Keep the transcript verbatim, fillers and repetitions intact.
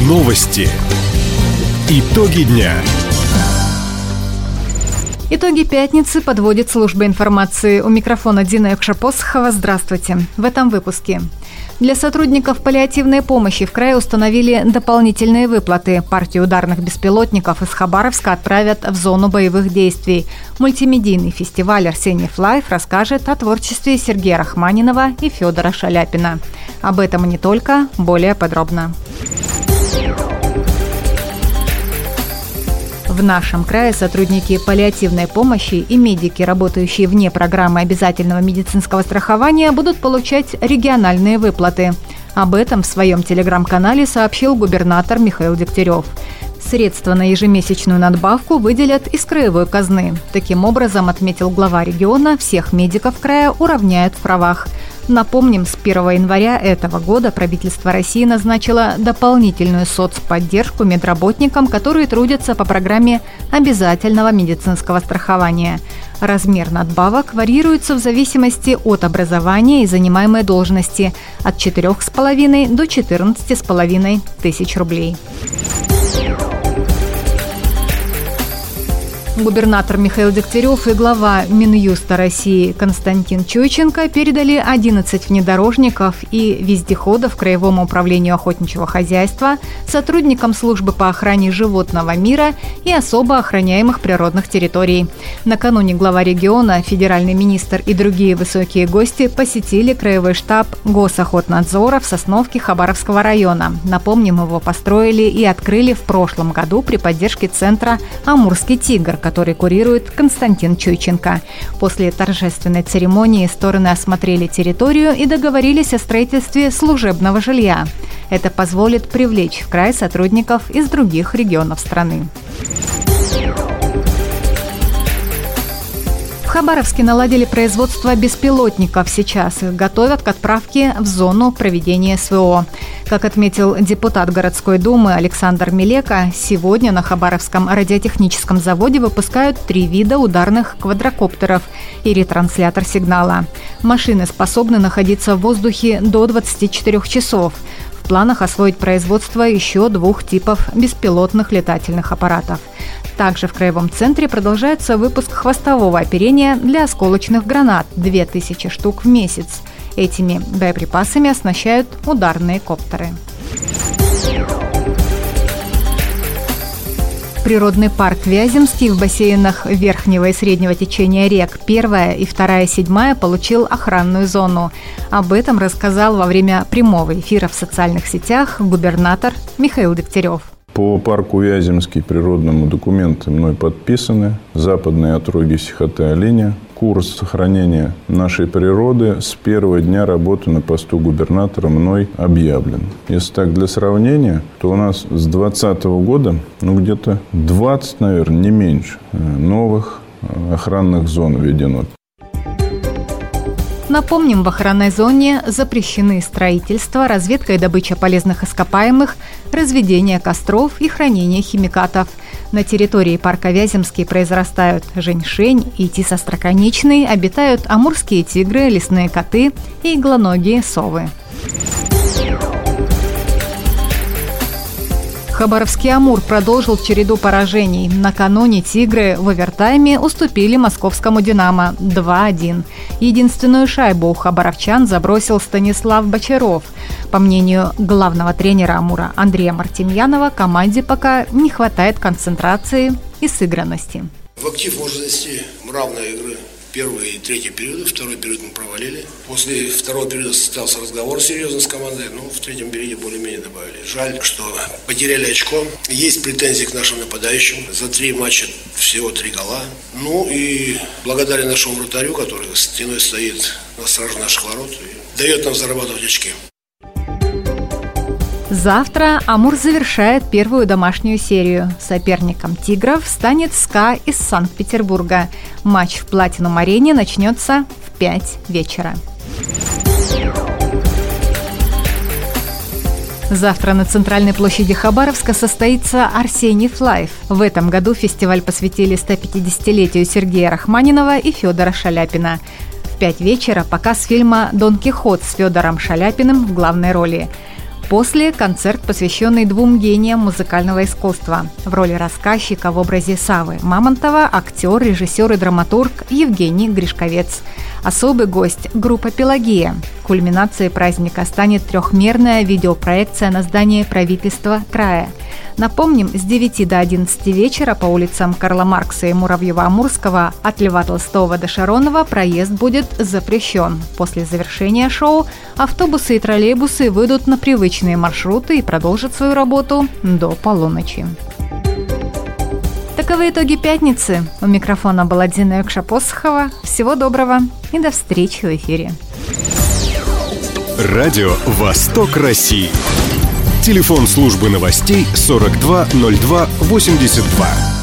Новости. Итоги дня. Итоги пятницы подводит служба информации. У микрофона Дина Якшапосхова. Здравствуйте. В этом выпуске. Для сотрудников паллиативной помощи в крае установили дополнительные выплаты. Партию ударных беспилотников из Хабаровска отправят в зону боевых действий. Мультимедийный фестиваль «Арсеньев Лайф» расскажет о творчестве Сергея Рахманинова и Федора Шаляпина. Об этом и не только, более подробно. В нашем крае сотрудники паллиативной помощи и медики, работающие вне программы обязательного медицинского страхования, будут получать региональные выплаты. Об этом в своем телеграм-канале сообщил губернатор Михаил Дегтярев. Средства на ежемесячную надбавку выделят из краевой казны. Таким образом, отметил глава региона, всех медиков края уравняют в правах. Напомним, с первого января этого года правительство России назначило дополнительную соцподдержку медработникам, которые трудятся по программе обязательного медицинского страхования. Размер надбавок варьируется в зависимости от образования и занимаемой должности – от четырёх с половиной до четырнадцати с половиной тысяч рублей. Губернатор Михаил Дегтярев и глава Минюста России Константин Чуйченко передали одиннадцать внедорожников и вездеходов Краевому управлению охотничьего хозяйства, сотрудникам службы по охране животного мира и особо охраняемых природных территорий. Накануне глава региона, федеральный министр и другие высокие гости посетили краевой штаб Госохотнадзора в Сосновке Хабаровского района. Напомним, его построили и открыли в прошлом году при поддержке центра «Амурский тигр», который курирует Константин Чуйченко. После торжественной церемонии стороны осмотрели территорию и договорились о строительстве служебного жилья. Это позволит привлечь в край сотрудников из других регионов страны. В Хабаровске наладили производство беспилотников. Сейчас их готовят к отправке в зону проведения СВО. Как отметил депутат городской думы Александр Милека, сегодня на Хабаровском радиотехническом заводе выпускают три вида ударных квадрокоптеров и ретранслятор сигнала. Машины способны находиться в воздухе до двадцати четырёх часов. В планах освоить производство еще двух типов беспилотных летательных аппаратов. Также в Краевом центре продолжается выпуск хвостового оперения для осколочных гранат – две тысячи штук в месяц. Этими боеприпасами оснащают ударные коптеры. Природный парк Вяземский в бассейнах верхнего и среднего течения рек первая и вторая седьмая получил охранную зону. Об этом рассказал во время прямого эфира в социальных сетях губернатор Михаил Дегтярев. По парку Вяземский природному документы мной подписаны. Западные отроги Сихоты-Оленя. Курс сохранения нашей природы с первого дня работы на посту губернатора мной объявлен. Если так для сравнения, то у нас с двадцатого года, ну где-то двадцать, наверное, не меньше, новых охранных зон введено. Напомним, в охранной зоне запрещены строительство, разведка и добыча полезных ископаемых, разведение костров и хранение химикатов. На территории парка Вяземский произрастают женьшень и тис остроконечный, обитают амурские тигры, лесные коты и иглоногие совы. Хабаровский «Амур» продолжил череду поражений. Накануне «Тигры» в овертайме уступили московскому «Динамо» два один. Единственную шайбу у хабаровчан забросил Станислав Бочаров. По мнению главного тренера «Амура» Андрея Мартемьянова, команде пока не хватает концентрации и сыгранности. В актив можно занести равные игры. Первый и третий периоды, второй период мы провалили. После второго периода состоялся разговор серьезно с командой, но в третьем периоде более-менее добавили. Жаль, что потеряли очко. Есть претензии к нашим нападающим. За три матча всего три гола. Ну и благодарен нашему вратарю, который стеной стоит на страже наших ворот и дает нам зарабатывать очки. Завтра «Амур» завершает первую домашнюю серию. Соперником «Тигров» станет СКА из Санкт-Петербурга. Матч в «Платинум-арене» начнется в пять вечера. Завтра на центральной площади Хабаровска состоится «Арсеньев Лайф». В этом году фестиваль посвятили сто пятидесятилетию Сергея Рахманинова и Федора Шаляпина. В пять вечера показ фильма «Дон Кихот» с Федором Шаляпиным в главной роли. После – концерт, посвященный двум гениям музыкального искусства. В роли рассказчика в образе Саввы Мамонтова актер, режиссер и драматург Евгений Гришковец. Особый гость – группа «Пелагея». Кульминацией праздника станет трехмерная видеопроекция на здании правительства края. Напомним, с девяти до одиннадцати вечера по улицам Карла Маркса и Муравьева-Амурского от Льва Толстого до Шаронова проезд будет запрещен. После завершения шоу автобусы и троллейбусы выйдут на привычные маршруты и продолжат свою работу до полуночи. Таковы итоги пятницы. У микрофона была Дина Юкша-Посохова. Всего доброго и до встречи в эфире. Радио «Восток России». Телефон службы новостей сорок два ноль два восемьдесят два.